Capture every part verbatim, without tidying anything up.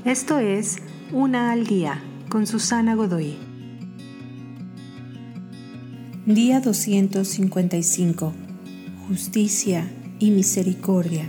Esto es Una al Día con Susana Godoy. Día doscientos cincuenta y cinco. Justicia y misericordia.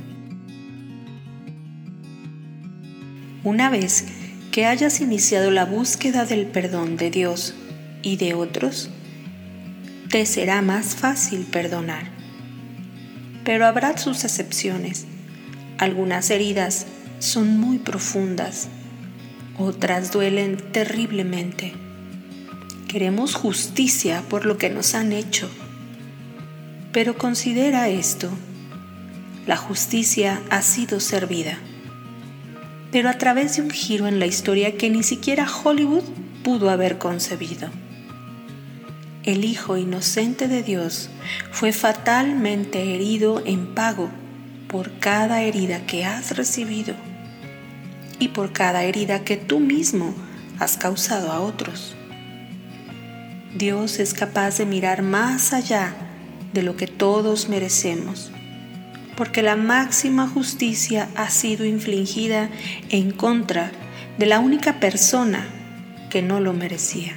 Una vez que hayas iniciado la búsqueda del perdón de Dios y de otros, te será más fácil perdonar. Pero habrá sus excepciones. Algunas heridas son muy profundas, otras duelen terriblemente. Queremos justicia por lo que nos han hecho. Pero considera esto: la justicia ha sido servida, pero a través de un giro en la historia que ni siquiera Hollywood pudo haber concebido. El Hijo inocente de Dios fue fatalmente herido en pago por cada herida que has recibido y por cada herida que tú mismo has causado a otros. Dios es capaz de mirar más allá de lo que todos merecemos, porque la máxima justicia ha sido infligida en contra de la única persona que no lo merecía.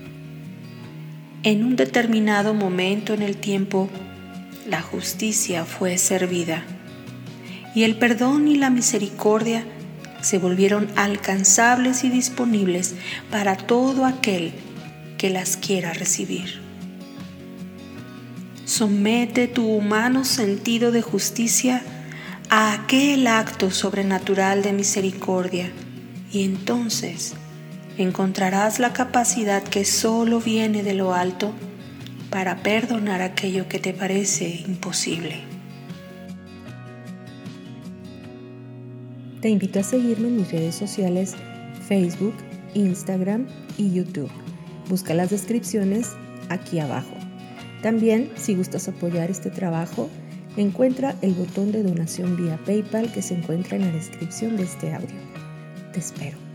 En un determinado momento en el tiempo, la justicia fue servida, y el perdón y la misericordia se volvieron alcanzables y disponibles para todo aquel que las quiera recibir. Somete tu humano sentido de justicia a aquel acto sobrenatural de misericordia, y entonces encontrarás la capacidad que solo viene de lo alto para perdonar aquello que te parece imposible. Te invito a seguirme en mis redes sociales Facebook, Instagram y YouTube. Busca las descripciones aquí abajo. También, si gustas apoyar este trabajo, encuentra el botón de donación vía PayPal que se encuentra en la descripción de este audio. Te espero.